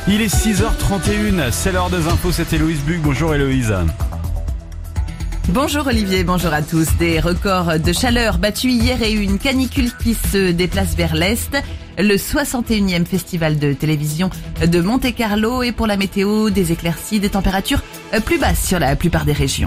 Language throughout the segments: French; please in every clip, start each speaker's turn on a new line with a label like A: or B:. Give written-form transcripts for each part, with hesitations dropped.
A: Il est 6h31, c'est l'heure des infos, c'est Héloïse Buc. Bonjour Héloïse.
B: Bonjour Olivier, bonjour à tous. Des records de chaleur battus hier et une canicule qui se déplace vers l'Est. Le 61e festival de télévision de Monte-Carlo et pour la météo, des éclaircies, des températures plus basses sur la plupart des régions.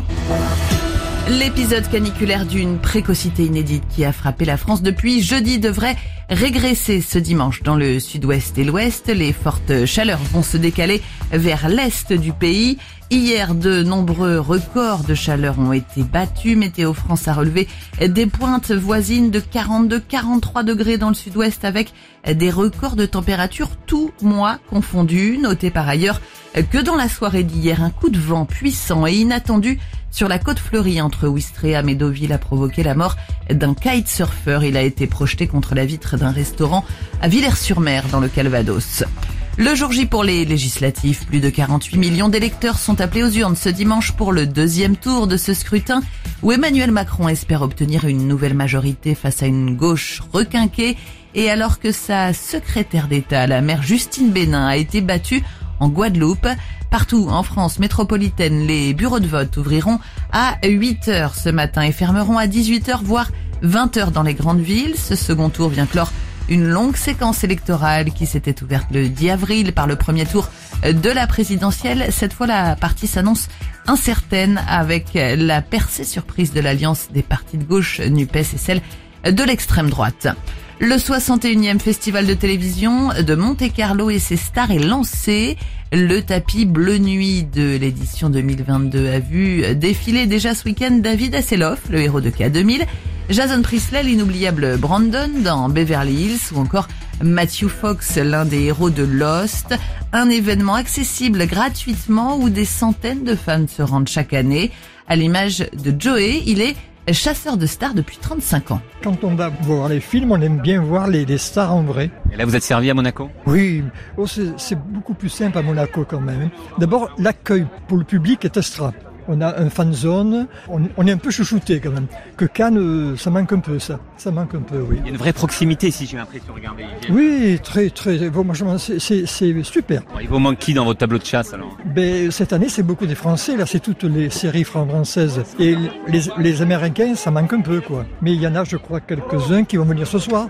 B: L'épisode caniculaire d'une précocité inédite qui a frappé la France depuis jeudi devrait régresser ce dimanche dans le sud-ouest et l'ouest. Les fortes chaleurs vont se décaler vers l'est du pays. Hier, de nombreux records de chaleur ont été battus. Météo France a relevé des pointes voisines de 42-43 degrés dans le sud-ouest avec des records de température tout mois confondus. Notez par ailleurs que dans la soirée d'hier, un coup de vent puissant et inattendu sur la côte fleurie entre Ouistreham et Deauville a provoqué la mort d'un kitesurfer. Il a été projeté contre la vitre d'un restaurant à Villers-sur-Mer dans le Calvados. Le jour J pour les législatives, plus de 48 millions d'électeurs sont appelés aux urnes ce dimanche pour le deuxième tour de ce scrutin où Emmanuel Macron espère obtenir une nouvelle majorité face à une gauche requinquée et alors que sa secrétaire d'État, la maire Justine Bénin, a été battue en Guadeloupe. Partout en France métropolitaine, les bureaux de vote ouvriront à 8h ce matin et fermeront à 18h voire 20h dans les grandes villes. Ce second tour vient clore une longue séquence électorale qui s'était ouverte le 10 avril par le premier tour de la présidentielle. Cette fois, la partie s'annonce incertaine avec la percée surprise de l'alliance des partis de gauche NUPES et celle de l'extrême droite. Le 61e festival de télévision de Monte-Carlo et ses stars est lancé. Le tapis bleu nuit de l'édition 2022 a vu défiler déjà ce week-end David Hasselhoff, le héros de K2000, Jason Priestley, l'inoubliable Brandon dans Beverly Hills ou encore Matthew Fox, l'un des héros de Lost. Un événement accessible gratuitement où des centaines de fans se rendent chaque année. À l'image de Joey, il est chasseur de stars depuis 35 ans.
C: Quand on va voir les films, on aime bien voir les stars en vrai.
A: Et là, vous êtes servi à Monaco ?
C: Oui, c'est beaucoup plus simple à Monaco quand même. D'abord, l'accueil pour le public est extra. On a un fan zone, on est un peu chouchouté quand même. Que Cannes, ça manque un peu ça manque un peu, oui.
A: Il y a une vraie proximité ici, j'ai l'impression, regardez.
C: Oui, très, franchement, c'est super.
A: Bon, il vous manque qui dans votre tableau de chasse alors ?
C: Cette année, c'est beaucoup des Français, là, c'est toutes les séries françaises. Et les Américains, ça manque un peu, quoi. Mais il y en a, je crois, quelques-uns qui vont venir ce soir.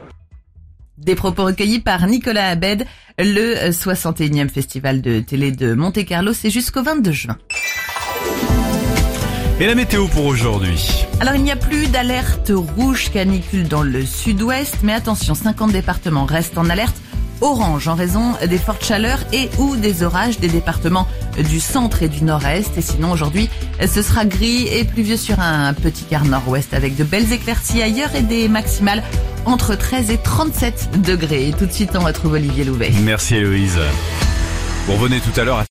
B: Des propos recueillis par Nicolas Abed. Le 61e festival de télé de Monte-Carlo, c'est jusqu'au 22 juin.
A: Et la météo pour aujourd'hui ?
B: Alors, il n'y a plus d'alerte rouge canicule dans le sud-ouest, mais attention, 50 départements restent en alerte orange en raison des fortes chaleurs et ou des orages des départements du centre et du nord-est. Et sinon, aujourd'hui, ce sera gris et pluvieux sur un petit quart nord-ouest avec de belles éclaircies ailleurs et des maximales entre 13 et 37 degrés. Et tout de suite, on retrouve Olivier Louvet.
A: Merci Héloïse. Vous revenez tout à l'heure à